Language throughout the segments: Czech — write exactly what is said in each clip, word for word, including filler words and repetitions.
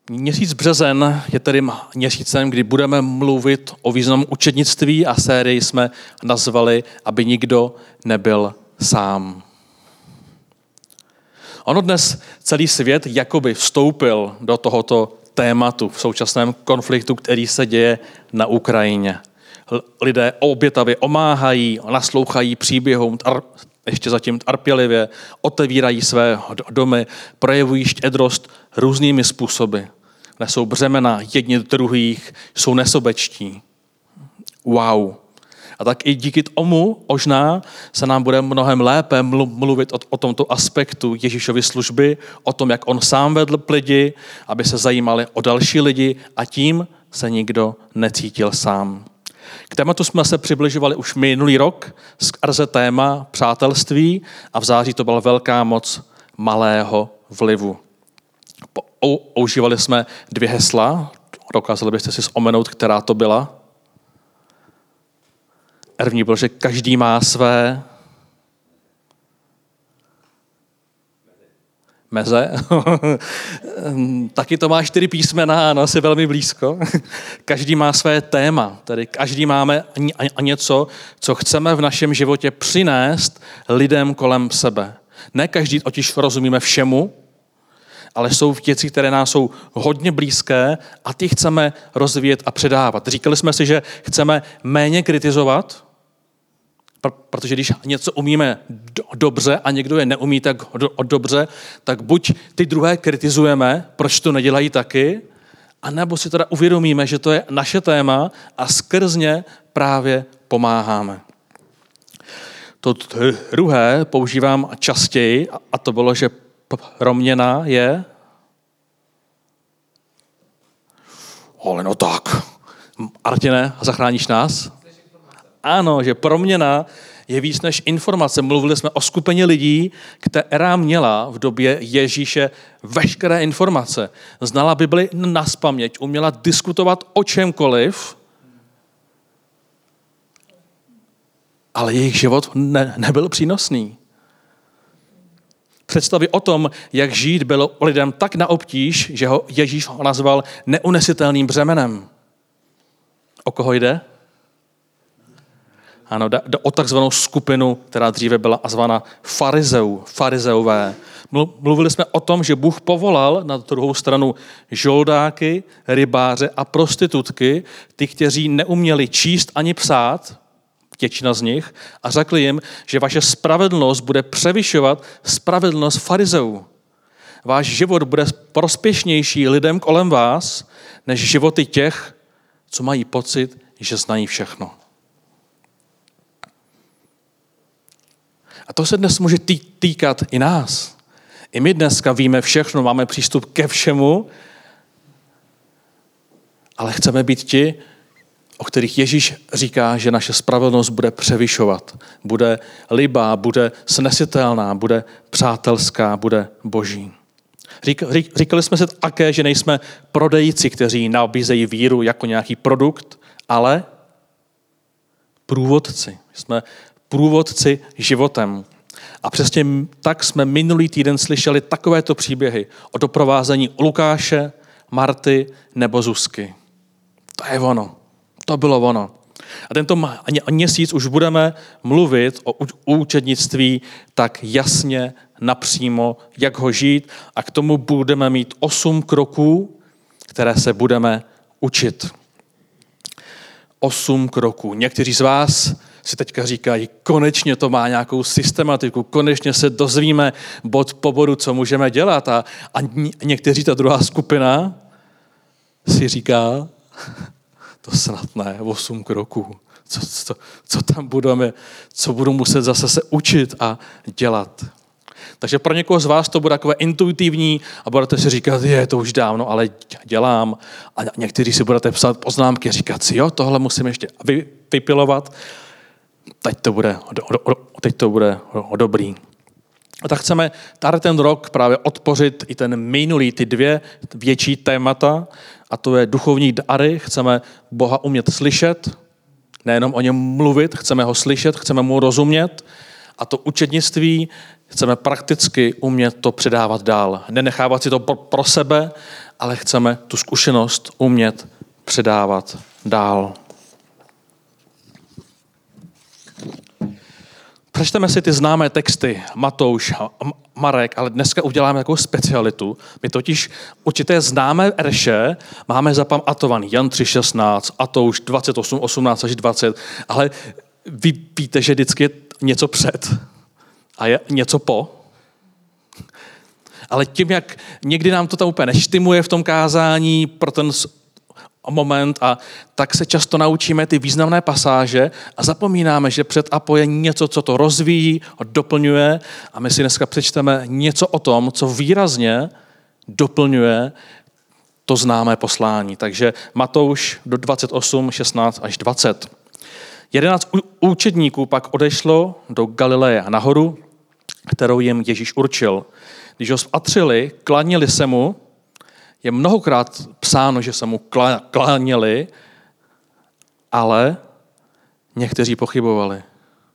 Měsíc březen je tedy měsícem, kdy budeme mluvit o významu učednictví a sérii jsme nazvali, aby nikdo nebyl sám. Ono dnes celý svět jakoby vstoupil do tohoto tématu v současném konfliktu, který se děje na Ukrajině. Lidé obětavě omáhají, naslouchají příběhům, ještě zatím trpělivě, otevírají své domy, projevují štědrost různými způsoby. Nesou břemena jedni druhých, jsou nesobečtí. Wow. A tak i díky tomu možná se nám bude mnohem lépe mluvit o, o tomto aspektu Ježíšovy služby, o tom, jak on sám vedl lidi, aby se zajímali o další lidi a tím se nikdo necítil sám. K tématu jsme se přibližovali už minulý rok skrze téma přátelství a v září to byla velká moc malého vlivu. Používali jsme dvě hesla, dokázali byste si vzpomenout, která to byla? První bylo, že každý má své meze. Taky to má čtyři písmena, ano, asi velmi blízko. Každý má své téma, tedy každý máme něco, co chceme v našem životě přinést lidem kolem sebe. Ne každý totiž rozumíme všemu, ale jsou věci, které nám jsou hodně blízké a ty chceme rozvíjet a předávat. Říkali jsme si, že chceme méně kritizovat, protože když něco umíme do, dobře a někdo je neumí tak do, dobře, tak buď ty druhé kritizujeme, proč to nedělají taky, anebo si teda uvědomíme, že to je naše téma a skrz ně právě pomáháme. To druhé používám častěji a to bylo, že proměna je... Ale no tak, Artine, zachráníš nás? Ano, že proměna je víc než informace. Mluvili jsme o skupině lidí, která měla v době Ježíše veškeré informace. Znala Bibli nazpaměť, uměla diskutovat o čemkoliv, ale jejich život ne, nebyl přínosný. Představy o tom, jak žít, bylo lidem tak na obtíž, že ho Ježíš nazval neunesitelným břemenem. O koho jde? Ano, jde o takzvanou skupinu, která dříve byla nazvána farizeů, farizeové. Mluvili jsme o tom, že Bůh povolal na druhou stranu žoldáky, rybáře a prostitutky, ty, kteří neuměli číst ani psát, většina z nich, a řekli jim, že vaše spravedlnost bude převyšovat spravedlnost farizeů. Váš život bude prospěšnější lidem kolem vás, než životy těch, co mají pocit, že znají všechno. A to se dnes může týkat i nás. I my dneska víme všechno, máme přístup ke všemu, ale chceme být ti, o kterých Ježíš říká, že naše spravedlnost bude převyšovat. Bude libá, bude snesitelná, bude přátelská, bude boží. Řík, řík, říkali jsme se také, že nejsme prodejci, kteří nabízejí víru jako nějaký produkt, ale průvodci. Jsme průvodci životem. A přesně tak jsme minulý týden slyšeli takovéto příběhy o doprovázení Lukáše, Marty nebo Zuzky. To je ono. To bylo ono. A tento měsíc už budeme mluvit o učednictví tak jasně, napřímo, jak ho žít, a k tomu budeme mít osm kroků, které se budeme učit. Osm kroků. Někteří z vás si teďka říkají, konečně to má nějakou systematiku, konečně se dozvíme bod po bodu, co můžeme dělat. A, a někteří, ta druhá skupina, si říká, to snad ne, osm kroků. Co, co, co tam budeme, co budu muset zase se učit a dělat. Takže pro někoho z vás to bude takové intuitivní a budete si říkat, je, to už dávno, ale dělám. A někteří si budete psát poznámky a říkat si, jo, tohle musím ještě vypilovat. Teď to bude, teď to bude dobrý. A tak chceme tady ten rok právě odpořit i ten minulý, ty dvě větší témata, a to je duchovní dary. Chceme Boha umět slyšet, nejenom o něm mluvit, chceme ho slyšet, chceme mu rozumět, a to učednictví chceme prakticky umět to předávat dál. Nenechávat si to pro sebe, ale chceme tu zkušenost umět předávat dál. Přečteme si ty známé texty, Matouš a Marek, ale dneska uděláme takovou specialitu. My totiž určité známé verše máme zapamatovaný. Jan tři šestnáct, Matouš dvacet osm osmnáct až dvacet, ale vy víte, že vždycky je něco před a je něco po. Ale tím, jak někdy nám to tam úplně neštimuje v tom kázání pro ten moment, a tak se často naučíme ty významné pasáže a zapomínáme, že před a po je něco, co to rozvíjí, doplňuje, a my si dneska přečteme něco o tom, co výrazně doplňuje to známé poslání. Takže Matouš do dvacet osm šestnáct až dvacet. Jedenáct učedníků pak odešlo do Galileje nahoru, kterou jim Ježíš určil. Když ho spatřili, klanili se mu. Je mnohokrát psáno, že se mu kláněli, ale někteří pochybovali.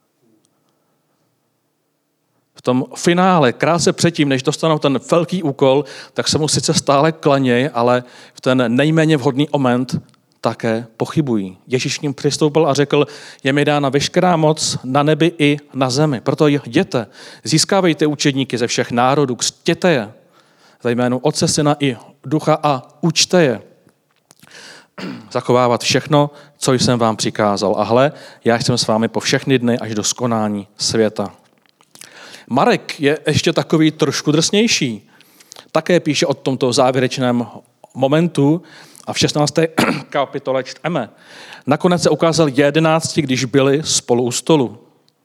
V tom finále, krátce předtím, než dostanou ten velký úkol, tak se mu sice stále klanějí, ale v ten nejméně vhodný moment také pochybují. Ježíš k ním přistoupil a řekl, je mi dána veškerá moc na nebi i na zemi. Proto jděte, získávejte učedníky ze všech národů, křtěte je ve jménu Otce, Syna i Ducha a učte je zachovávat všechno, co jsem vám přikázal. A hle, já jsem s vámi po všechny dny až do skonání světa. Marek je ještě takový trošku drsnější. Také píše o tomto závěrečném momentu a v šestnácté kapitole čteme. Nakonec se ukázal jedenácti, když byli spolu u stolu.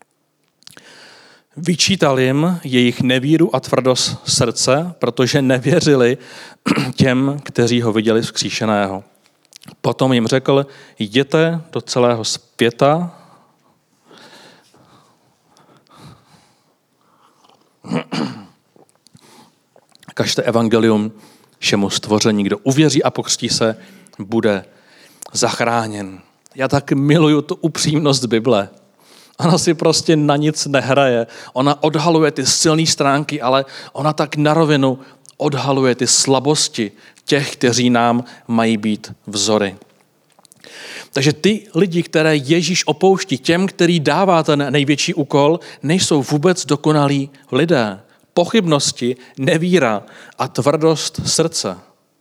Vyčítal jim jejich nevíru a tvrdost srdce, protože nevěřili těm, kteří ho viděli vzkříšeného. Potom jim řekl, jděte do celého světa kažte evangelium všemu stvoření. Kdo uvěří a pokřtí se, bude zachráněn. Já tak miluju tu upřímnost Bible. Ona si prostě na nic nehraje. Ona odhaluje ty silné stránky, ale ona tak na rovinu odhaluje ty slabosti těch, kteří nám mají být vzory. Takže ty lidi, které Ježíš opouští, těm, který dává ten největší úkol, nejsou vůbec dokonalí lidé. Pochybnosti, nevíra a tvrdost srdce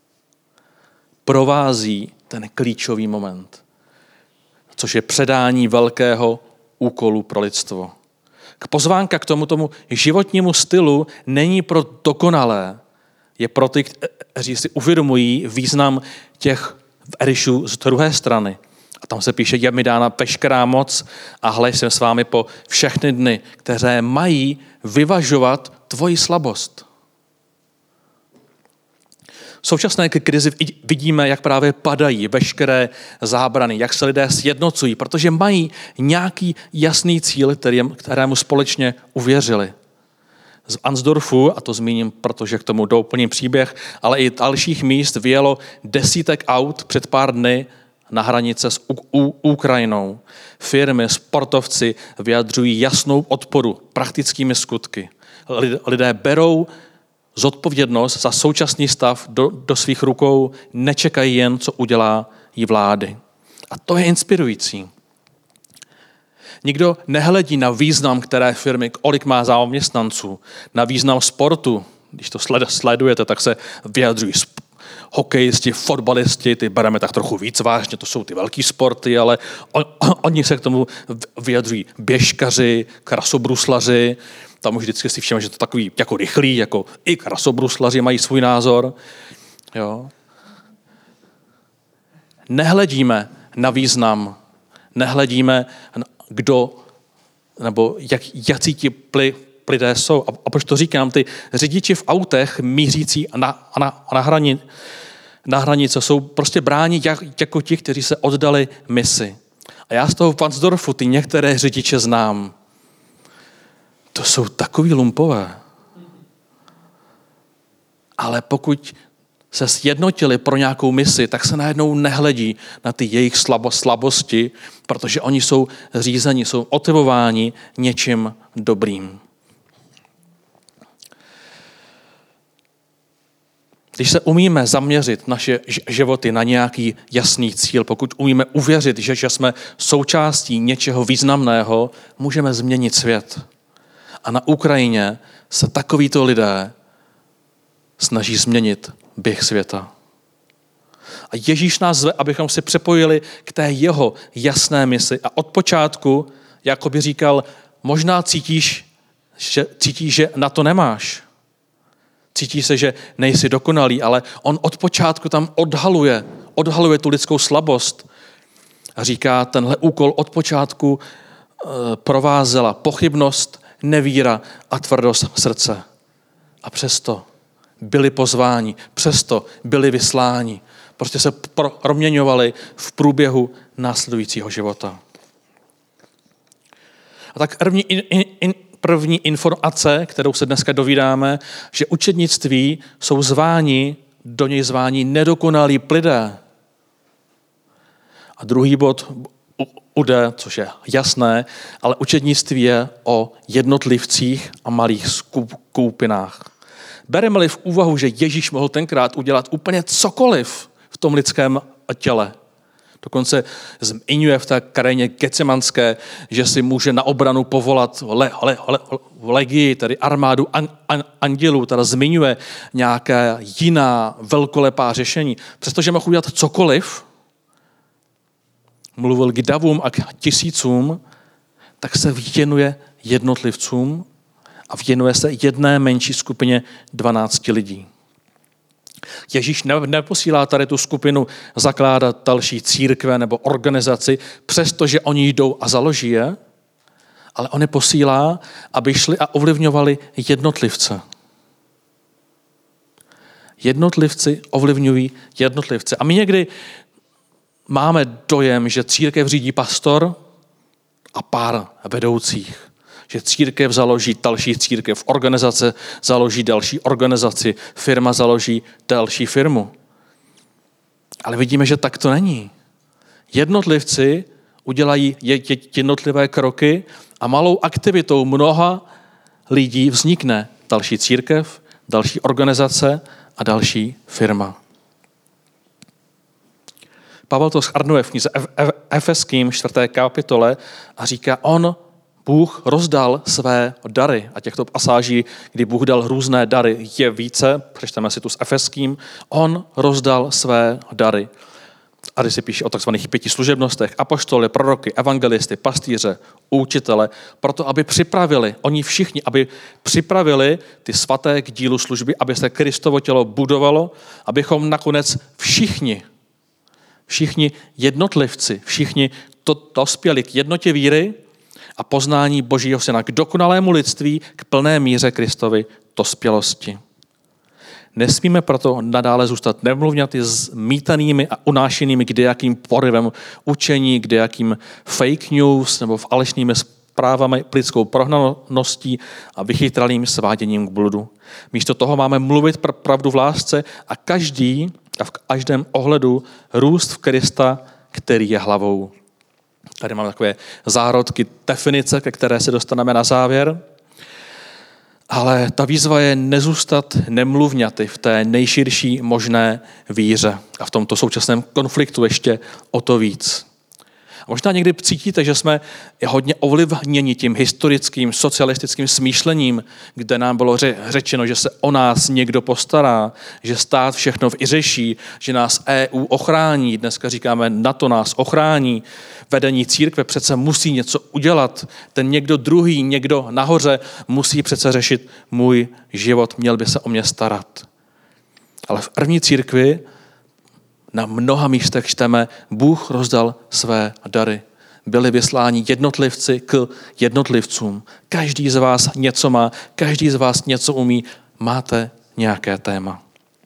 provází ten klíčový moment, což je předání velkého úkolu pro lidstvo. K pozvánka k tomu tomu životnímu stylu není pro dokonalé, je pro ty, kteří si uvědomují význam těch veršů z druhé strany. A tam se píše, je mi dána veškerá moc a hle, jsem s vámi po všechny dny, které mají vyvažovat tvoji slabost. V současné krizi vidíme, jak právě padají veškeré zábrany, jak se lidé sjednocují, protože mají nějaký jasný cíl, kterému společně uvěřili. Z Ansdorfu, a to zmíním, protože k tomu doplním příběh, ale i dalších míst vyjelo desítek aut před pár dny na hranice s U- U- Ukrajinou. Firmy, sportovci vyjadřují jasnou odporu praktickými skutky. Lidé berou zodpovědnost za současný stav do, do svých rukou, nečekají jen, co udělá jí vlády. A to je inspirující. Nikdo nehledí na význam, které firmy, kolik má zaměstnanců, na význam sportu. Když to sledujete, tak se vyjadřují hokejisti, fotbalisti, ty bereme tak trochu víc vážně, to jsou ty velký sporty, ale on, oni se k tomu vyjadřují běžkaři, krasobruslaři. Tam už vždycky si všimne, že to takový jako rychlý, jako i krasobruslaři mají svůj názor. Jo. Nehledíme na význam, nehledíme, kdo, nebo jak, jací ti pli, lidé jsou. A, a proč to říkám? Ty řidiči v autech mířící na, na, na, hrani, na hranice jsou prostě bráni jak, jako ti, kteří se oddali misi. A já z toho v Vansdorfu ty některé řidiče znám. To jsou takový lumpové. Ale pokud se sjednotili pro nějakou misi, tak se najednou nehledí na ty jejich slabo, slabosti, protože oni jsou řízeni, jsou motivováni něčím dobrým. Když se umíme zaměřit naše životy na nějaký jasný cíl, pokud umíme uvěřit, že, že jsme součástí něčeho významného, můžeme změnit svět. A na Ukrajině se takovýto lidé snaží změnit běh světa. A Ježíš nás zve, abychom si připojili k té jeho jasné misi. A od počátku, jako by říkal, možná cítíš, že, cítíš, že na to nemáš. Cítíš se, že nejsi dokonalý, ale on od počátku tam odhaluje, odhaluje tu lidskou slabost a říká, tenhle úkol od počátku e, provázela pochybnost, nevíra a tvrdost srdce. A přesto byli pozváni, přesto byli vysláni. Prostě se proměňovali v průběhu následujícího života. A tak první, in, in, první informace, kterou se dneska dovídáme, že učednictví jsou zváni, do něj zváni nedokonalí lidé. A druhý bod ude, což je jasné, ale učednictví je o jednotlivcích a malých skupinách. Bereme-li v úvahu, že Ježíš mohl tenkrát udělat úplně cokoliv v tom lidském těle. Dokonce zmiňuje v té krajině Gecemanské, že si může na obranu povolat le, le, le, legii, tedy armádu an, an, andělů, teda zmiňuje nějaké jiná velkolepá řešení. Přestože mohl udělat cokoliv, mluvil k davům a k tisícům, tak se věnuje jednotlivcům a věnuje se jedné menší skupině dvanácti lidí. Ježíš neposílá tady tu skupinu zakládat další církve nebo organizaci, přestože oni jdou a založí je, ale on je posílá, aby šli a ovlivňovali jednotlivce. Jednotlivci ovlivňují jednotlivce. A my někdy máme dojem, že církev řídí pastor a pár vedoucích. Že církev založí další církev, organizace založí další organizaci, firma založí další firmu. Ale vidíme, že tak to není. Jednotlivci udělají jednotlivé kroky a malou aktivitou mnoha lidí vznikne další církev, další organizace a další firma. Pavel to shrnuje v knize Efeským čtvrté kapitole a říká, on Bůh rozdal své dary. A těchto pasáží, kdy Bůh dal různé dary, je více. Přečteme si tu s Efeským. On rozdal své dary. A když se píše o takzvaných pěti služebnostech, apoštoly, proroky, evangelisty, pastýře, učitele, proto aby připravili, oni všichni, aby připravili ty svaté k dílu služby, aby se Kristovo tělo budovalo, abychom nakonec všichni, všichni jednotlivci, všichni to dospěli k jednotě víry a poznání Božího syna, k dokonalému lidství, k plné míře Kristovy dospělosti. Nesmíme proto nadále zůstat nemluvňaty zmítanými a unášenými kdejakým porivem učení, kdejakým fake news nebo falešnými zprávami, lidskou prohnaností a vychytralým sváděním k bludu. Místo toho máme mluvit pravdu v lásce a každý a v každém ohledu růst v Krista, který je hlavou. Tady máme takové zárodky definice, ke které se dostaneme na závěr. Ale ta výzva je nezůstat nemluvňaty v té nejširší možné víře. A v tomto současném konfliktu ještě o to víc. A možná někdy cítíte, že jsme hodně ovlivněni tím historickým, socialistickým smýšlením, kde nám bylo řečeno, že se o nás někdo postará, že stát všechno vyřeší, že nás E U ochrání. Dneska říkáme, NATO nás ochrání. Vedení církve přece musí něco udělat. Ten někdo druhý, někdo nahoře musí přece řešit můj život, měl by se o mě starat. Ale v první církvi na mnoha místech čteme, Bůh rozdal své dary. Byli vysláni jednotlivci k jednotlivcům. Každý z vás něco má, každý z vás něco umí, máte nějaké téma.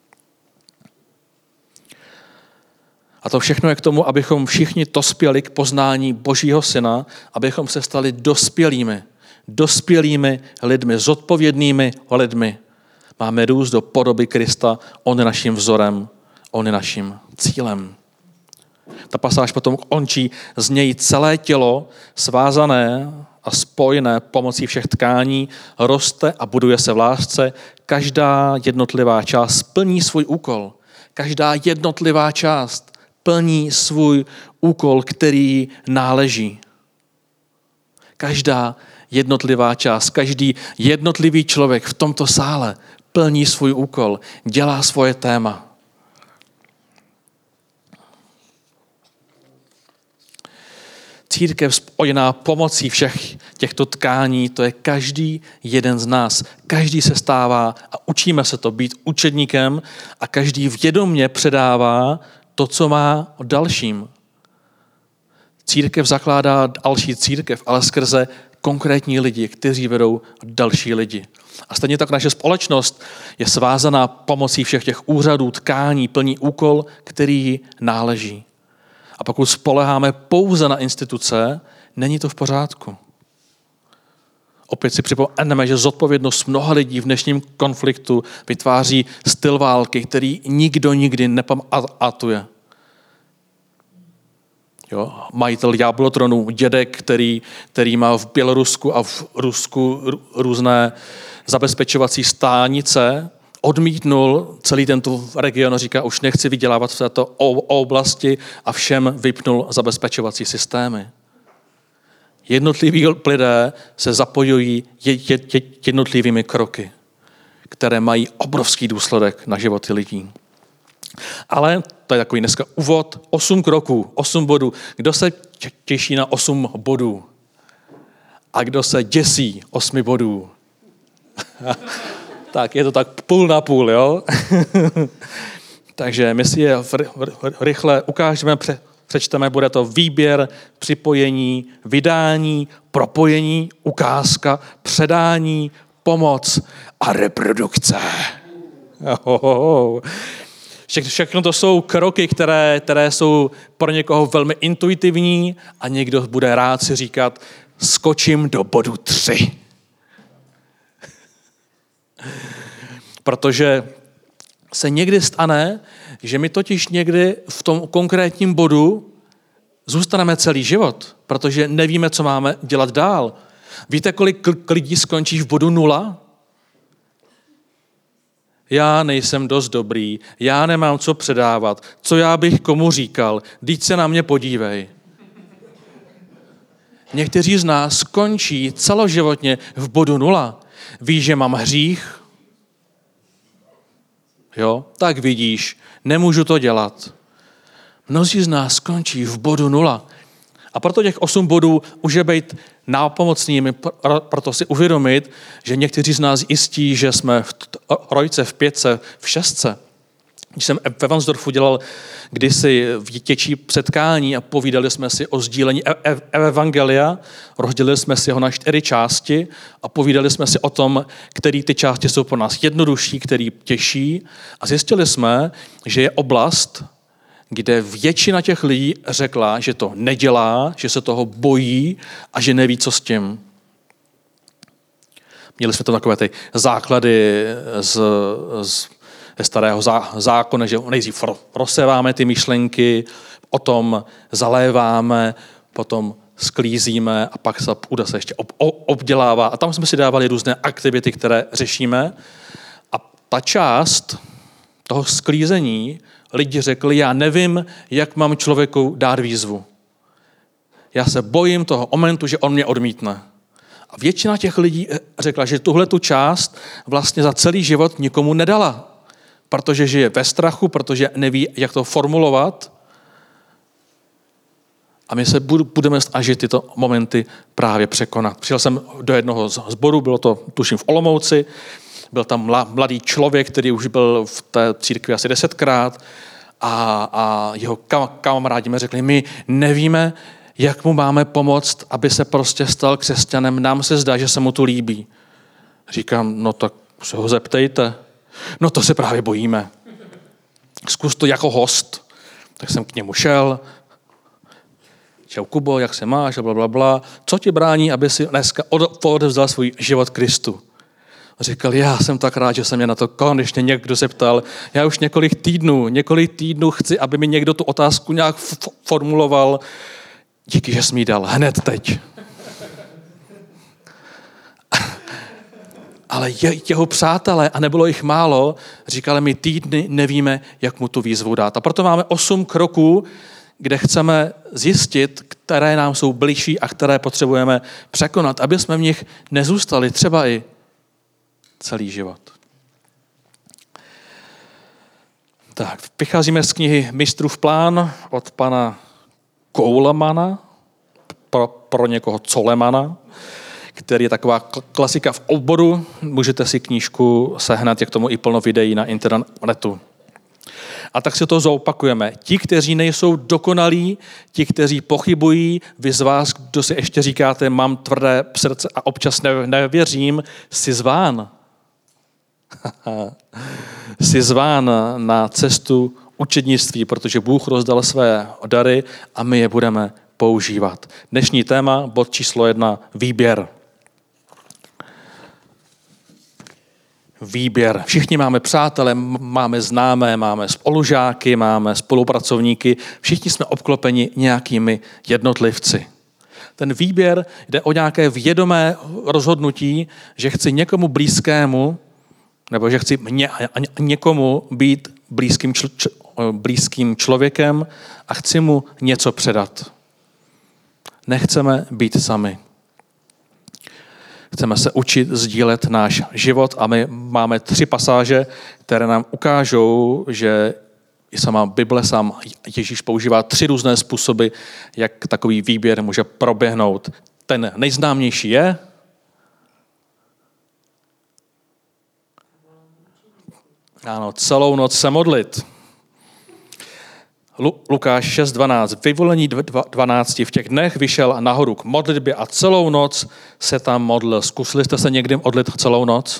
A to všechno je k tomu, abychom všichni dospěli k poznání Božího syna, abychom se stali dospělými, dospělými lidmi, zodpovědnými lidmi. Máme růst do podoby Krista, on je naším vzorem, on je naším cílem. Ta pasáž potom končí, z něj celé tělo svázané a spojené pomocí všech tkání roste a buduje se v lásce. Každá jednotlivá část plní svůj úkol. Každá jednotlivá část plní svůj úkol, který náleží. Každá jednotlivá část, každý jednotlivý člověk v tomto sále plní svůj úkol, dělá svoje téma. Církev spojená pomocí všech těchto tkání, to je každý jeden z nás. Každý se stává a učíme se to být učedníkem a každý vědomě předává to, co má o dalším. Církev zakládá další církev, ale skrze konkrétní lidi, kteří vedou další lidi. A stejně tak naše společnost je svázaná pomocí všech těch úřadů, tkání, plní úkol, který náleží. A pokud spoléháme pouze na instituce, není to v pořádku. Opět si připomeneme, že zodpovědnost mnoha lidí v dnešním konfliktu vytváří styl války, který nikdo nikdy nepamatuje. Jo, majitel Jablotronu, dědek, který, který má v Bělorusku a v Rusku různé zabezpečovací stanice, odmítnul celý tento region a říká, už nechci vydělávat v této oblasti a všem vypnul zabezpečovací systémy. Jednotliví lidé se zapojují jednotlivými kroky, které mají obrovský důsledek na životy lidí. Ale to je takový dneska úvod, osm kroků, osm bodů. Kdo se těší na osm bodů? A kdo se děsí osmi bodů? Tak je to tak půl na půl, jo? Takže my si je rychle ukážeme, přečteme, bude to výběr, připojení, vydání, propojení, ukázka, předání, pomoc a reprodukce. Všechno to jsou kroky, které, které jsou pro někoho velmi intuitivní a někdo bude rád si říkat, skočím do bodu tři. Protože se někdy stane, že my totiž někdy v tom konkrétním bodu zůstaneme celý život, protože nevíme, co máme dělat dál. Víte, kolik lidí skončí v bodu nula? Já nejsem dost dobrý, já nemám co předávat, co já bych komu říkal, vždyť se na mě podívej. Někteří z nás skončí celoživotně v bodu nula. Víš, že mám hřích? Jo, tak vidíš, nemůžu to dělat. Mnozí z nás skončí v bodu nula. A proto těch osm bodů může být nápomocnými, proto si uvědomit, že někteří z nás jistí, že jsme v trojce, v pětce, v šestce. Když jsem v Evansdorfu dělal kdysi větší setkání a povídali jsme si o sdílení evangelia, rozdělili jsme si ho na čtyři části a povídali jsme si o tom, které ty části jsou pro nás jednodušší, které těžší a zjistili jsme, že je oblast, kde většina těch lidí řekla, že to nedělá, že se toho bojí a že neví, co s tím. Měli jsme tam takové ty základy z, z starého zákona, že nejdřív rozséváme ty myšlenky, potom zaléváme, potom sklízíme a pak se půda se ještě ob, obdělává. A tam jsme si dávali různé aktivity, které řešíme. A ta část toho sklízení lidi řekli, já nevím, jak mám člověku dát výzvu. Já se bojím toho momentu, že on mě odmítne. A většina těch lidí řekla, že tuhle tu část vlastně za celý život nikomu nedala. Protože žije ve strachu, protože neví, jak to formulovat. A my se budeme snažit tyto momenty právě překonat. Přišel jsem do jednoho sboru, bylo to tuším v Olomouci, byl tam mladý člověk, který už byl v té církvi asi desetkrát a, a jeho kamarádi mi řekli, my nevíme, jak mu máme pomoct, aby se prostě stal křesťanem, nám se zdá, že se mu tu líbí. Říkám, no tak se ho zeptejte. No to se právě bojíme. Zkus to jako host. Tak jsem k němu šel. Čau Kubo, jak se máš? Blablabla. Bla, bla. Co ti brání, aby si dneska odevzdal svůj život Kristu? Říkal, já jsem tak rád, že se mě na to konečně někdo zeptal. Já už několik týdnů, několik týdnů chci, aby mi někdo tu otázku nějak formuloval. Díky, že jsi mi ji dal hned teď. ale je, jeho přátelé, a nebylo jich málo, říkali mi týdny, nevíme, jak mu tu výzvu dát. A proto máme osm kroků, kde chceme zjistit, které nám jsou blížší a které potřebujeme překonat, aby jsme v nich nezůstali třeba i celý život. Tak, vycházíme z knihy Mistrův plán od pana Koulemana, pro, pro někoho Colemana, který je taková klasika v oboru. Můžete si knížku sehnat, jak tomu i plno videí na internetu. A tak si to zopakujeme. Ti, kteří nejsou dokonalí, ti, kteří pochybují, vy z vás, kdo si ještě říkáte, mám tvrdé srdce a občas nevěřím, jsi zván. Jsi zván na cestu učednictví, protože Bůh rozdal své dary a my je budeme používat. Dnešní téma, bod číslo jedna, výběr. Výběr. Všichni máme přátele, máme známé, máme spolužáky, máme spolupracovníky, všichni jsme obklopeni nějakými jednotlivci. Ten výběr jde o nějaké vědomé rozhodnutí, že chci někomu blízkému, nebo že chci ně, někomu být blízkým, čl, č, blízkým člověkem a chci mu něco předat. Nechceme být sami. Chceme se učit sdílet náš život a my máme tři pasáže, které nám ukážou, že i sama Bible, sám Ježíš používá tři různé způsoby, jak takový výběr může proběhnout. Ten nejznámější je ano, celou noc se modlit. Lukáš šest dvanáct. Vyvolení dvanácti v těch dnech vyšel nahoru k modlitbě a celou noc se tam modlil. Zkusili jste se někdy modlit celou noc?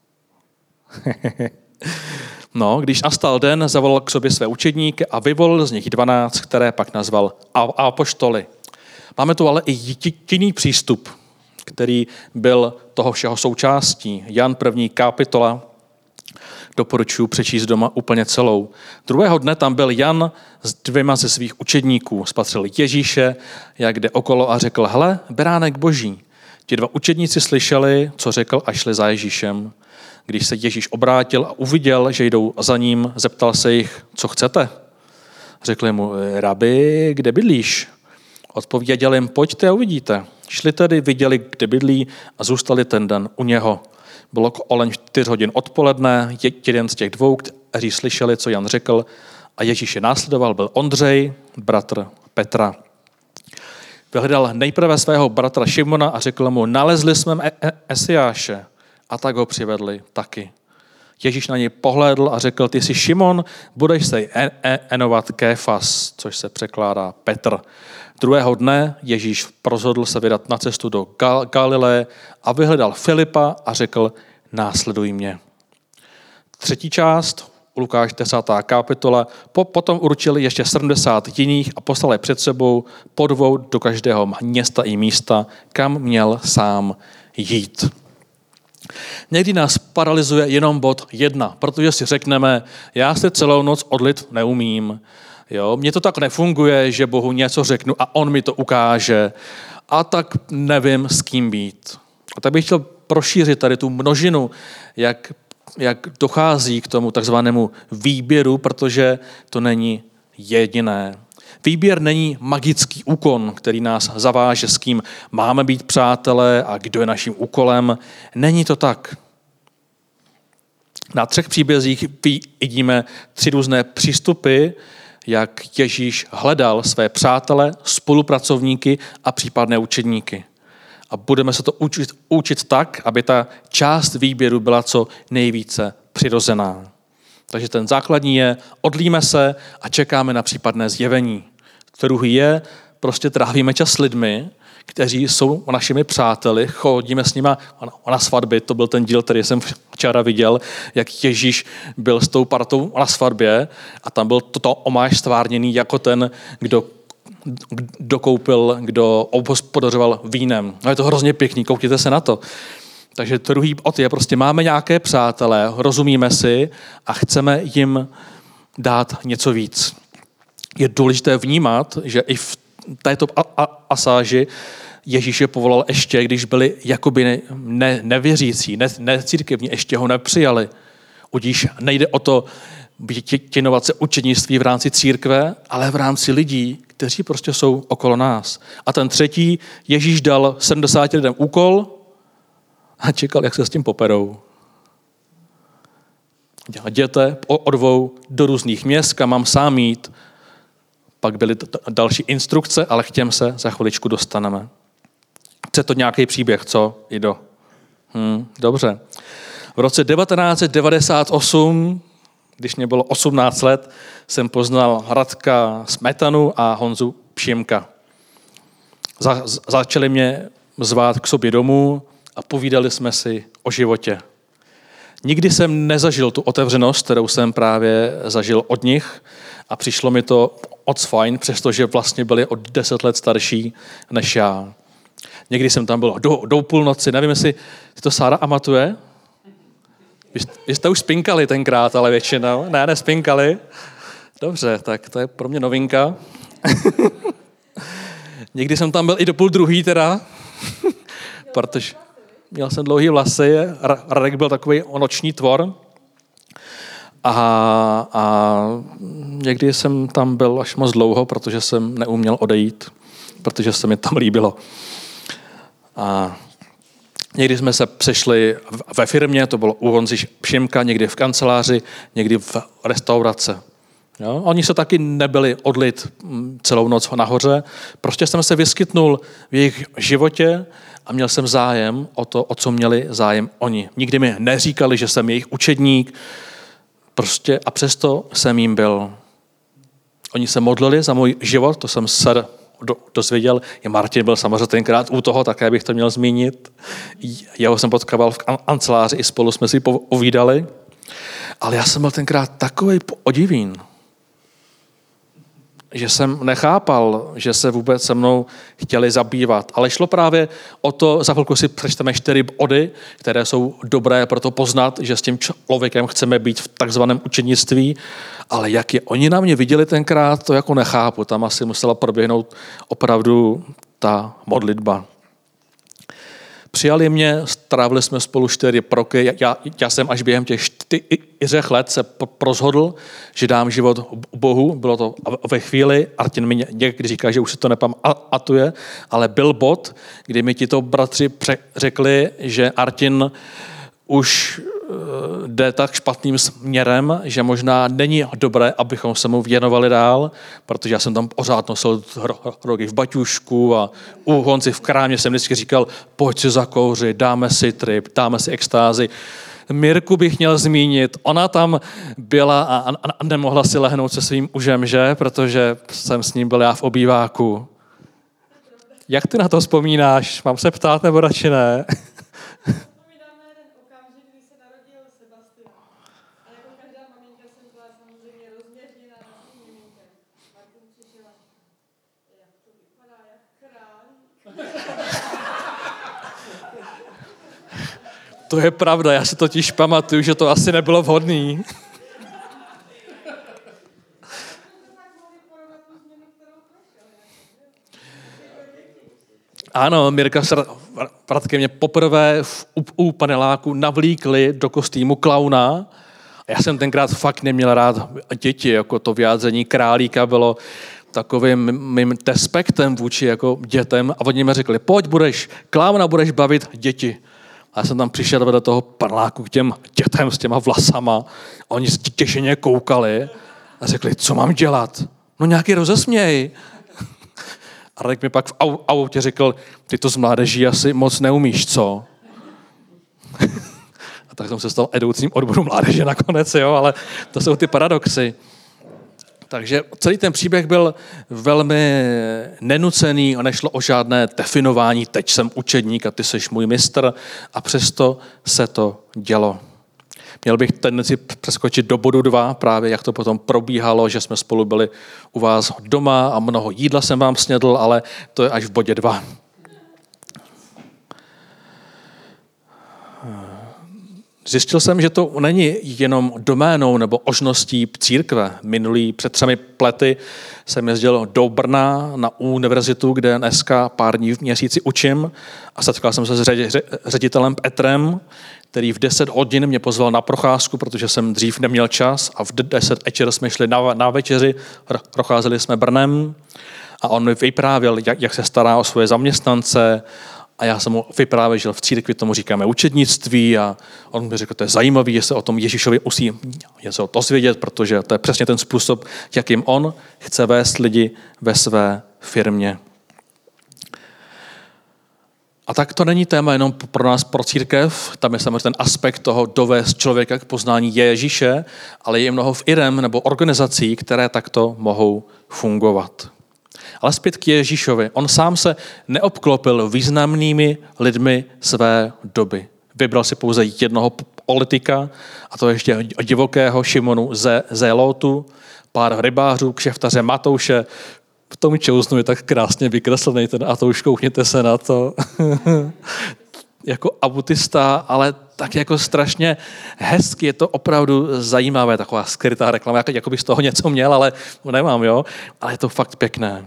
No, když nastal den, zavolal k sobě své učedníky a vyvolil z nich dvanáct, které pak nazval apoštoly. Máme tu ale i jiný přístup, který byl toho všeho součástí. Jan první kapitola. Doporučuji přečíst doma úplně celou. Druhého dne tam byl Jan s dvěma ze svých učedníků. Spatřil Ježíše, jak jde okolo a řekl, hle, beránek boží. Ti dva učedníci slyšeli, co řekl a šli za Ježíšem. Když se Ježíš obrátil a uviděl, že jdou za ním, zeptal se jich, co chcete? Řekli mu, rabi, kde bydlíš? Odpověděl jim, pojďte a uvidíte. Šli tedy, viděli, kde bydlí a zůstali ten den u něho. Bylo kolem čtyř hodin odpoledne, jeden z těch dvou, kteří slyšeli, co Jan řekl, a Ježíše následoval, byl Ondřej, bratr Petra. Vyhledal nejprve svého bratra Šimona a řekl mu, nalezli jsme Esiáše, a tak ho přivedli taky. Ježíš na něj pohlédl a řekl, ty jsi Šimon, budeš se jmenovat Kéfas, což se překládá Petr. Druhého dne Ježíš rozhodl se vydat na cestu do Gal- Galileje a vyhledal Filipa a řekl, následuj mě. Třetí část, Lukáš desátá kapitola, po, potom určili ještě sedmdesát jiných a poslali před sebou po dvou do každého města i místa, kam měl sám jít. Někdy nás paralyzuje jenom bod jedna, protože si řekneme, já se celou noc odlit neumím. Jo, mně to tak nefunguje, že Bohu něco řeknu a on mi to ukáže a tak nevím, s kým být. A tak bych chtěl prošířit tady tu množinu, jak, jak dochází k tomu takzvanému výběru, protože to není jediné. Výběr není magický úkon, který nás zaváže, s kým máme být přátelé a kdo je naším úkolem. Není to tak. Na třech příbězích vidíme tři různé přístupy, jak Ježíš hledal své přátele, spolupracovníky a případné učedníky. A budeme se to učit, učit tak, aby ta část výběru byla co nejvíce přirozená. Takže ten základní je, odlíme se a čekáme na případné zjevení. Druhý je, prostě trávíme čas s lidmi, kteří jsou našimi přáteli, chodíme s nima na svatby, to byl ten díl, který jsem včera viděl, jak Ježíš byl s tou partou na svatbě a tam byl toto omáš stvárněný jako ten, kdo, kdo koupil, kdo obhospodařoval vínem. No je to hrozně pěkný, koukněte se na to. Takže druhý od je, prostě máme nějaké přátelé, rozumíme si a chceme jim dát něco víc. Je důležité vnímat, že i v této pasáži Ježíše povolal ještě, když byli jakoby ne, ne, nevěřící, ne, necírkevní, ještě ho nepřijali. Udíž nejde o to věnovat se učednictví v rámci církve, ale v rámci lidí, kteří prostě jsou okolo nás. A ten třetí, Ježíš dal sedmdesáti lidem úkol a čekal, jak se s tím poperou. Jděte o dvou do různých měst, kam mám sám jít. Pak byly další instrukce, ale k těm se za chviličku dostaneme. Chce to nějaký příběh, co, Ido? Hm, dobře. V roce devatenáct set devadesát osm, když mě bylo osmnáct let, jsem poznal Radka Smetanu a Honzu Pšimka. Za, začali mě zvát k sobě domů a povídali jsme si o životě. Nikdy jsem nezažil tu otevřenost, kterou jsem právě zažil od nich a přišlo mi to moc fajn, přestože vlastně byli o deset let starší než já. Někdy jsem tam byl do, do půlnoci, nevím, jestli to Sára amatuje. Vy, vy jste už spinkali tenkrát, ale většinou. Ne, nespinkali. Dobře, tak to je pro mě novinka. Někdy jsem tam byl i do půl druhý teda, protože měl jsem dlouhý vlasy, Radek byl takový noční tvor a, a někdy jsem tam byl až moc dlouho, protože jsem neuměl odejít, protože se mi tam líbilo. A někdy jsme se přešli ve firmě, to bylo u Honzy Pšimka, někdy v kanceláři, někdy v restaurace. Jo? Oni se taky nebyli odlit celou noc nahoře, prostě jsem se vyskytnul v jejich životě a měl jsem zájem o to, o co měli zájem oni. Nikdy mi neříkali, že jsem jejich učedník, prostě a přesto jsem jim byl. Oni se modlili za můj život, to jsem se dozvěděl. I Martin byl samozřejmě tenkrát u toho, také bych to měl zmínit. Jeho jsem potkával v kanceláři, i spolu jsme si povídali. Ale já jsem byl tenkrát takovej odivín, že jsem nechápal, že se vůbec se mnou chtěli zabývat. Ale šlo právě o to, za chvilku si přečteme čtyři body, které jsou dobré pro to poznat, že s tím člověkem chceme být v takzvaném učednictví, ale jak je oni na mě viděli tenkrát, to jako nechápu. Tam asi musela proběhnout opravdu ta modlitba. Přijali mě, strávili jsme spolu čtyři roky. Já, já jsem až během těch čtyřech let se rozhodl, že dám život Bohu. Bylo to ve chvíli, Artin mi někdy říká, že už si to nepamatuje, ale byl bod, kdy mi tito bratři řekli, že Artin už jde tak špatným směrem, že možná není dobré, abychom se mu věnovali dál, protože já jsem tam pořád nosil roky v baťušku a u Honzi v krámě jsem vždycky říkal, pojď si zakouřit, dáme si trip, dáme si extázi. Mirku bych měl zmínit, ona tam byla a, a, a nemohla si lehnout se svým mužem, že? Protože jsem s ním byl já v obýváku. Jak ty na to vzpomínáš? Mám se ptát nebo radši ne? To je pravda, já si totiž pamatuju, že to asi nebylo vhodný. Ano, Mirka s Radkem mě poprvé v, u, u paneláku navlíkli do kostýmu klauna. Já jsem tenkrát fakt neměl rád děti, jako to vyjádření králíka bylo takovým mým despektem vůči jako dětem a oni mi řekli, pojď, budeš klauna, budeš bavit děti. A já jsem tam přišel do toho paneláku k těm dětem s těma vlasama a oni těšeně koukali a řekli, co mám dělat? No nějaký rozesměj. A Radek mi pak v autě řekl, ty to z mládeží asi moc neumíš, co? A tak jsem se stal edoucím odboru mládeže nakonec, jo, ale to jsou ty paradoxy. Takže celý ten příběh byl velmi nenucený a nešlo o žádné definování, teď jsem učedník a ty jsi můj mistr a přesto se to dělo. Měl bych tendenci přeskočit do bodu dva, právě jak to potom probíhalo, že jsme spolu byli u vás doma a mnoho jídla jsem vám snědl, ale to je až v bodě dva. Zjistil jsem, že to není jenom doménou nebo možností církve. Minulý před třemi lety jsem jezdil do Brna na univerzitu, kde dneska pár dní v měsíci učím a setkal jsem se s ředitelem Petrem, který v deset hodin mě pozval na procházku, protože jsem dřív neměl čas a v deset večer jsme šli na, na večeři, procházeli jsme Brnem a on mi vyprávěl, jak, jak se stará o svoje zaměstnance. A já jsem mu vyprávěl, že v církvi tomu říkáme učednictví a on mi řekl, to je zajímavé, že se o tom Ježíšovi musí něco dozvědět, protože to je přesně ten způsob, jakým on chce vést lidi ve své firmě. A tak to není téma jenom pro nás, pro církev, tam je samozřejmě ten aspekt toho dovést člověka k poznání Ježíše, ale je mnoho firem nebo organizací, které takto mohou fungovat. Ale zpět k Ježíšovi. On sám se neobklopil významnými lidmi své doby. Vybral si pouze jednoho politika, a to ještě divokého Šimonu ze Zélotu, pár rybářů, kšeftaře Matouše. V tom čouznu je tak krásně vykreslený ten Matouš, koukněte se na to. Jako autista, ale tak jako strašně hezky, je to opravdu zajímavé, taková skrytá reklama, jako, jako bych z toho něco měl, ale nemám, jo, ale je to fakt pěkné.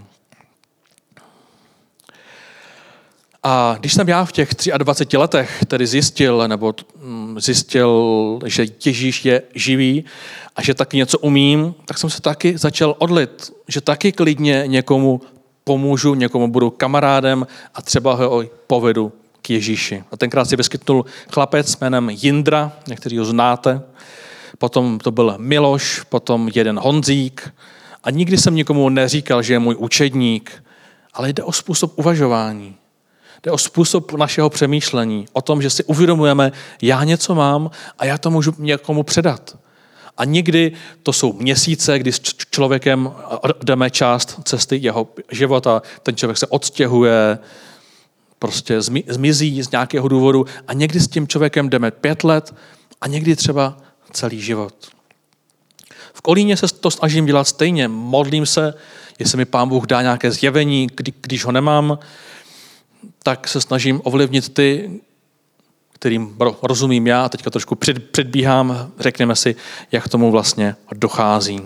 A když jsem já v těch dvaceti třech letech tedy zjistil, nebo zjistil, že Ježíš je živý a že taky něco umím, tak jsem se taky začal odlit, že taky klidně někomu pomůžu, někomu budu kamarádem a třeba ho povedu k Ježíši. A tenkrát si vyskytnul chlapec jménem Jindra, někteří ho znáte, potom to byl Miloš, potom jeden Honzík a nikdy jsem nikomu neříkal, že je můj učedník, ale jde o způsob uvažování. Jde o způsob našeho přemýšlení, o tom, že si uvědomujeme, já něco mám a já to můžu někomu předat. A někdy to jsou měsíce, kdy s člověkem jdeme část cesty jeho života, ten člověk se odstěhuje, prostě zmizí z nějakého důvodu a někdy s tím člověkem jdeme pět let a někdy třeba celý život. V Kolíně se to snažím dělat stejně. Modlím se, jestli mi Pán Bůh dá nějaké zjevení, kdy, když ho nemám, tak se snažím ovlivnit ty, kterým rozumím já. Teďka trošku předbíhám, řekněme si, jak tomu vlastně dochází.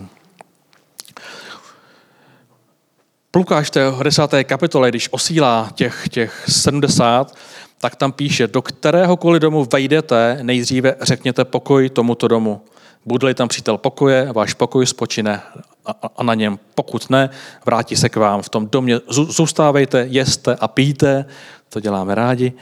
Lukáš v té desáté kapitole, když osílá těch, těch sedmdesát, tak tam píše, do kteréhokoliv domu vejdete, nejdříve řekněte pokoj tomuto domu. Bude-li tam přítel pokoje, váš pokoj spočine a na něm. Pokud ne, vrátí se k vám. V tom domě zůstávejte, jeste a pijte, to děláme rádi.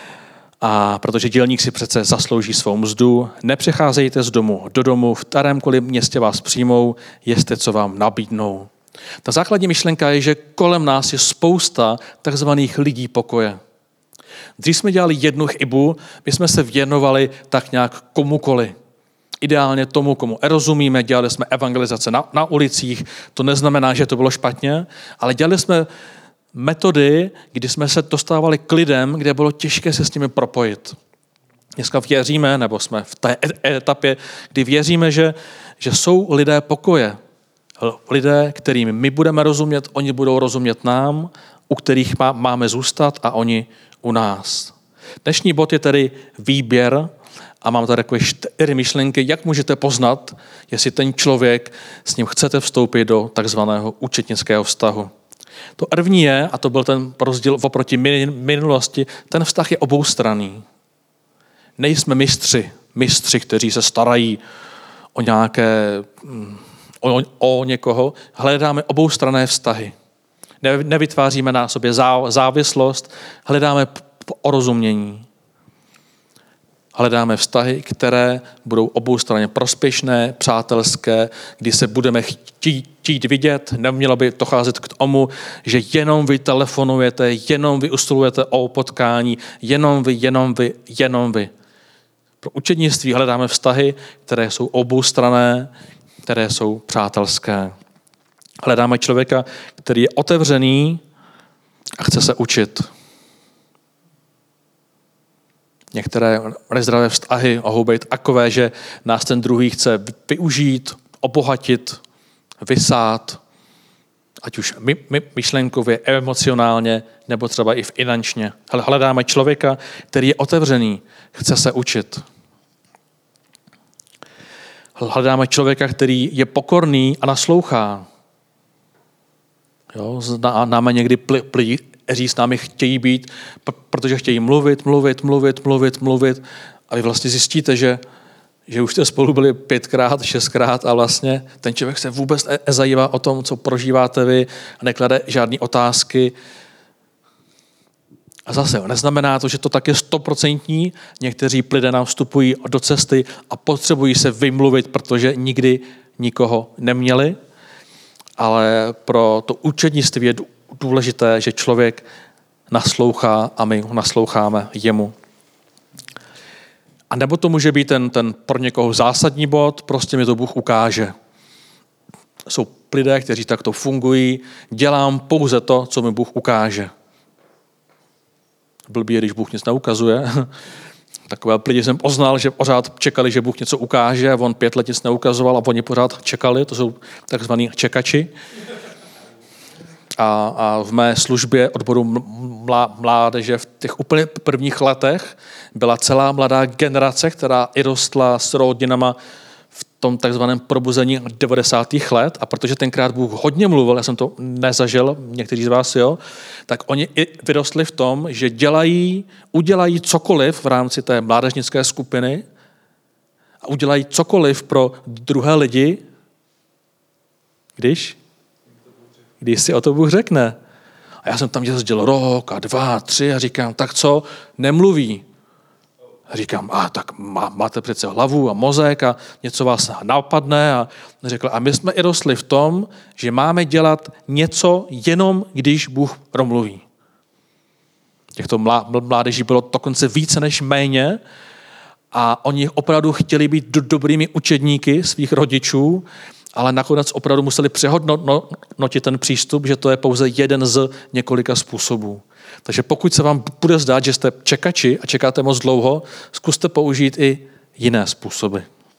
A protože dělník si přece zaslouží svou mzdu, nepřecházejte z domu do domu, v kterémkoliv městě vás přijmou, jeste, co vám nabídnou. Ta základní myšlenka je, že kolem nás je spousta takzvaných lidí pokoje. Když jsme dělali jednu chybu, my jsme se věnovali tak nějak komukoli. Ideálně tomu, komu rozumíme, dělali jsme evangelizace na, na ulicích, to neznamená, že to bylo špatně, ale dělali jsme metody, kdy jsme se dostávali k lidem, kde bylo těžké se s nimi propojit. Dneska věříme, nebo jsme v té etapě, kdy věříme, že, že jsou lidé pokoje. Lidé, kterým my budeme rozumět, oni budou rozumět nám, u kterých má, máme zůstat a oni u nás. Dnešní bod je tedy výběr a mám tady takové čtyři myšlenky, jak můžete poznat, jestli ten člověk, s ním chcete vstoupit do takzvaného účetnického vztahu. To první je, a to byl ten rozdíl oproti minulosti, ten vztah je oboustranný. Nejsme mistři, mistři, kteří se starají o nějaké, o, o někoho, hledáme oboustranné vztahy. Ne, nevytváříme na sobě závislost, hledáme porozumění. Hledáme vztahy, které budou oboustranně prospěšné, přátelské, kdy se budeme chtít, chtít vidět. Nemělo by docházet k tomu, že jenom vy telefonujete, jenom vy usilujete o potkání, jenom vy, jenom vy, jenom vy. Pro učednictví hledáme vztahy, které jsou oboustranné, které jsou přátelské. Hledáme člověka, který je otevřený a chce se učit. Některé nezdravé vztahy mohou být takové, že nás ten druhý chce využít, obohatit, vysát, ať už my, my, myšlenkově, emocionálně, nebo třeba i finančně. Hledáme člověka, který je otevřený, chce se učit. Hledáme člověka, který je pokorný a naslouchá. Jo, známe někdy lidi, kteří s námi chtějí být, protože chtějí mluvit, mluvit, mluvit, mluvit, mluvit. A vy vlastně zjistíte, že, že už jste spolu byli pětkrát, šestkrát a vlastně ten člověk se vůbec nezajímá o tom, co prožíváte vy a neklade žádné otázky. A zase neznamená to, že to tak je stoprocentní. Někteří lidé nám vstupují do cesty a potřebují se vymluvit, protože nikdy nikoho neměli. Ale pro to učednictví je důležité, že člověk naslouchá a my nasloucháme jemu. A nebo to může být ten, ten pro někoho zásadní bod, prostě mi to Bůh ukáže. Jsou lidé, kteří takto fungují, dělám pouze to, co mi Bůh ukáže. Blbý je, když Bůh nic neukazuje. Takové lidi jsem poznal, že pořád čekali, že Bůh něco ukáže a on pět let nic neukazoval a oni pořád čekali, to jsou takzvaní čekači. A, a v mé službě odboru mlá, mládeže v těch úplně prvních letech byla celá mladá generace, která i rostla s rodinama v tom takzvaném probuzení devadesátých let. A protože tenkrát Bůh hodně mluvil, já jsem to nezažil, někteří z vás jo, tak oni i vyrostli v tom, že dělají, udělají cokoliv v rámci té mládežnické skupiny a udělají cokoliv pro druhé lidi, když? Když si o to Bůh řekne. A já jsem tam jezdil rok a dva, tři a říkám, tak co? Nemluví. A říkám, a tak má, máte přece hlavu a mozek a něco vás napadne. A řekl, a my jsme i rostli v tom, že máme dělat něco jenom, když Bůh promluví. Těchto mládeží bylo dokonce více než méně a oni opravdu chtěli být dobrými učedníky svých rodičů, ale nakonec opravdu museli přehodnotit ten přístup, že to je pouze jeden z několika způsobů. Takže pokud se vám bude zdát, že jste čekači a čekáte moc dlouho, zkuste použít i jiné způsoby.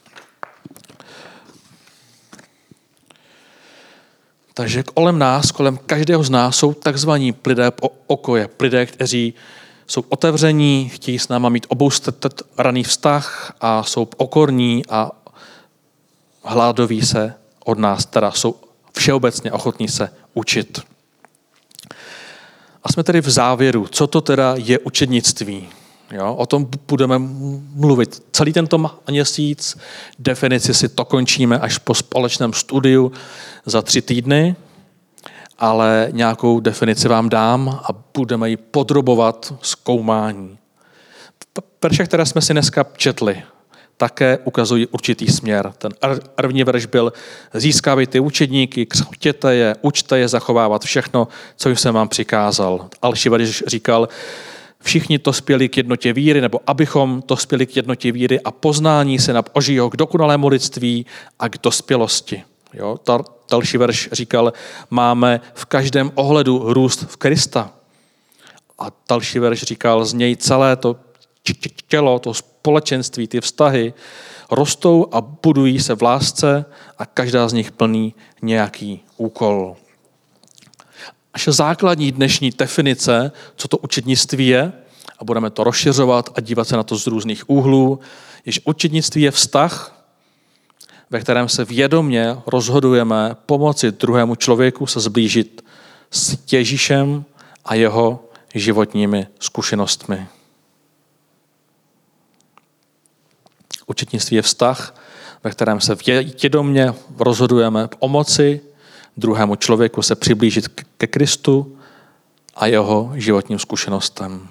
Takže kolem nás, kolem každého z nás jsou takzvaní lidé po okoje, lidé, kteří jsou otevření, chtějí s náma mít oboustranný vztah a jsou pokorní a hladoví se od nás, teda jsou všeobecně ochotní se učit. A jsme tedy v závěru, co to teda je učednictví. Jo? O tom budeme mluvit celý tento měsíc. Definici si to končíme až po společném studiu za tři týdny, ale nějakou definici vám dám a budeme ji podrobovat zkoumání. Verše, které jsme si dneska četli, také ukazují určitý směr. Ten první verš byl získávejte učedníky, křtěte je, učte je zachovávat všechno, co jsem vám přikázal. Další verš říkal, všichni to spěli k jednotě víry, nebo abychom to spěli k jednotě víry a poznání se na Božího k dokonalému lidství a k dospělosti. Jo? Další verš říkal, máme v každém ohledu růst v Krista. A další verš říkal, z něj celé to tělo, to společenství, ty vztahy rostou a budují se v lásce a každá z nich plní nějaký úkol. Až základní dnešní definice, co to učednictví je, a budeme to rozšiřovat a dívat se na to z různých úhlů, je, že učednictví je vztah, ve kterém se vědomě rozhodujeme pomoci druhému člověku se zblížit s Ježíšem a jeho životními zkušenostmi. Učednictví je vztah, ve kterém se vědomě rozhodujeme pomoci druhému člověku se přiblížit ke Kristu a jeho životním zkušenostem.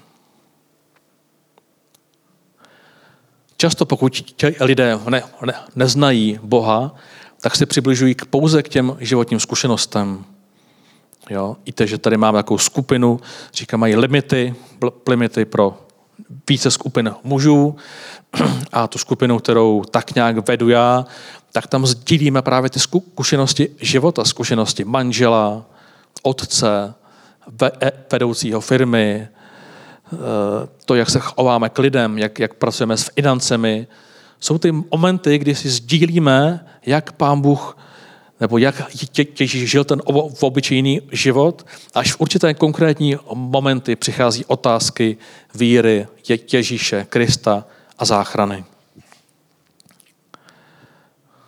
Často pokud lidé ne, ne, neznají Boha, tak se přibližují k, pouze k těm životním zkušenostem. Jo? Víte, že tady máme takovou skupinu, říká, mají limity, limity pro více skupin mužů a tu skupinu, kterou tak nějak vedu já, tak tam sdílíme právě ty zkušenosti života, zkušenosti manžela, otce, vedoucího firmy, to, jak se chováme k lidem, jak, jak pracujeme s financemi. Jsou ty momenty, kdy si sdílíme, jak Pán Bůh nebo jak Ježíš žil ten obyčejný život, až v určité konkrétní momenty přichází otázky víry Ježíše, Krista a záchrany.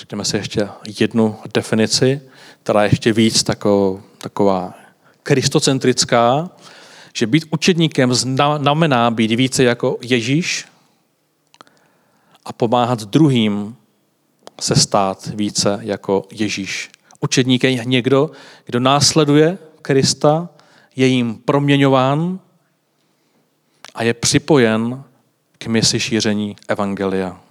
Řekněme si ještě jednu definici, která je ještě víc taková, taková kristocentrická, že být učedníkem znamená být více jako Ježíš a pomáhat druhým se stát více jako Ježíš. Učedník je někdo, kdo následuje Krista, je jim proměňován a je připojen k misi šíření evangelia.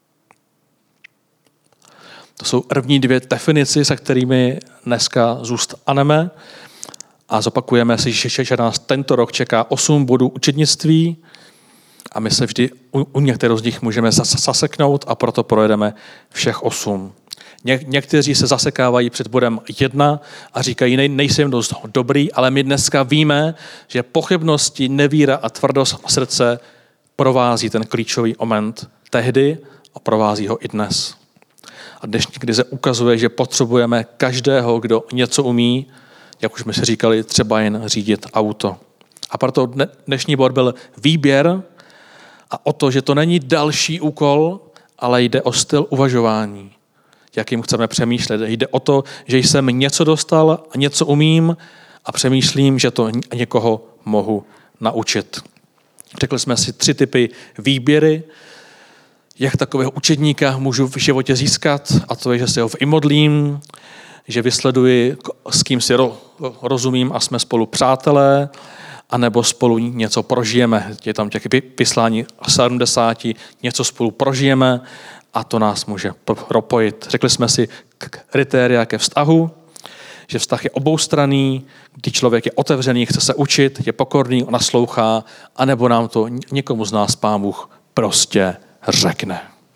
To jsou první dvě definice, se kterými dneska zůstaneme a zopakujeme si, že nás tento rok čeká osm bodů učednictví a my se vždy u, u některých z nich můžeme zaseknout a proto projedeme všech osm. Ně, někteří se zasekávají před bodem jedna a říkají, nej, nejsem dost dobrý, ale my dneska víme, že pochybnosti, nevíra a tvrdost srdce provází ten klíčový moment tehdy a provází ho i dnes. A dnešní krize ukazuje, že potřebujeme každého, kdo něco umí, jak už jsme si říkali, třeba jen řídit auto. A proto dnešní bod byl výběr a o to, že to není další úkol, ale jde o styl uvažování, jakým chceme přemýšlet. Jde o to, že jsem něco dostal a něco umím a přemýšlím, že to někoho mohu naučit. Řekli jsme si tři typy výběry, jak takového učedníka můžu v životě získat, a to je, že se ho i modlím, že vysleduji, s kým si rozumím a jsme spolu přátelé, anebo spolu něco prožijeme. Je tam těch vyslání sedmdesát, něco spolu prožijeme a to nás může propojit. Řekli jsme si kritéria ke vztahu, že vztah je oboustranný, kdy člověk je otevřený, chce se učit, je pokorný, naslouchá, anebo nám to někomu z nás Pán Bůh prostě řekne.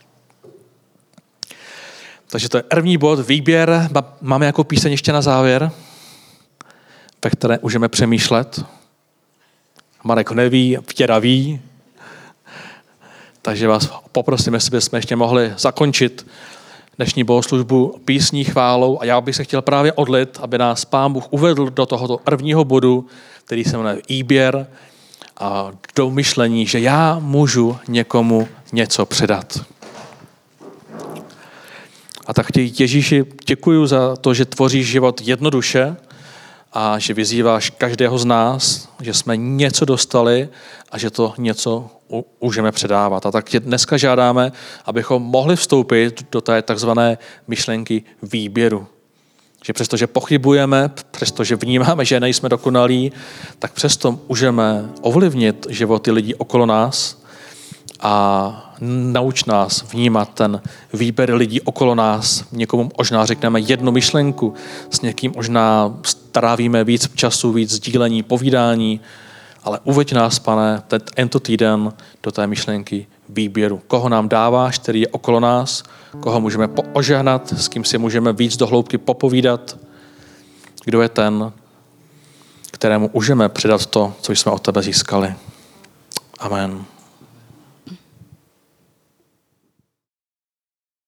Takže to je první bod, výběr. Máme jako píseň ještě na závěr, ve které můžeme přemýšlet. Marek neví, Věra ví. Takže vás poprosím, jestli bychom ještě mohli zakončit dnešní bohoslužbu písní chválou a já bych se chtěl právě odlit, aby nás Pán Bůh uvedl do tohoto prvního bodu, který se jmenuje výběr a do myšlení, že já můžu někomu něco předat. A tak ti Ježíši děkuju za to, že tvoříš život jednoduše a že vyzýváš každého z nás, že jsme něco dostali a že to něco můžeme předávat. A tak tě dneska žádáme, abychom mohli vstoupit do té takzvané myšlenky výběru. Že přestože pochybujeme, přestože vnímáme, že nejsme dokonalí, tak přesto můžeme ovlivnit životy lidí okolo nás a nauč nás vnímat ten výběr lidí okolo nás. Někomu možná řekneme jednu myšlenku, s někým možná strávíme víc času, víc sdílení, povídání, ale uveď nás, Pane, tento týden do té myšlenky výběru. Koho nám dáváš, který je okolo nás, koho můžeme ožehnat, s kým si můžeme víc do hloubky popovídat, kdo je ten, kterému můžeme předat to, co jsme od tebe získali. Amen.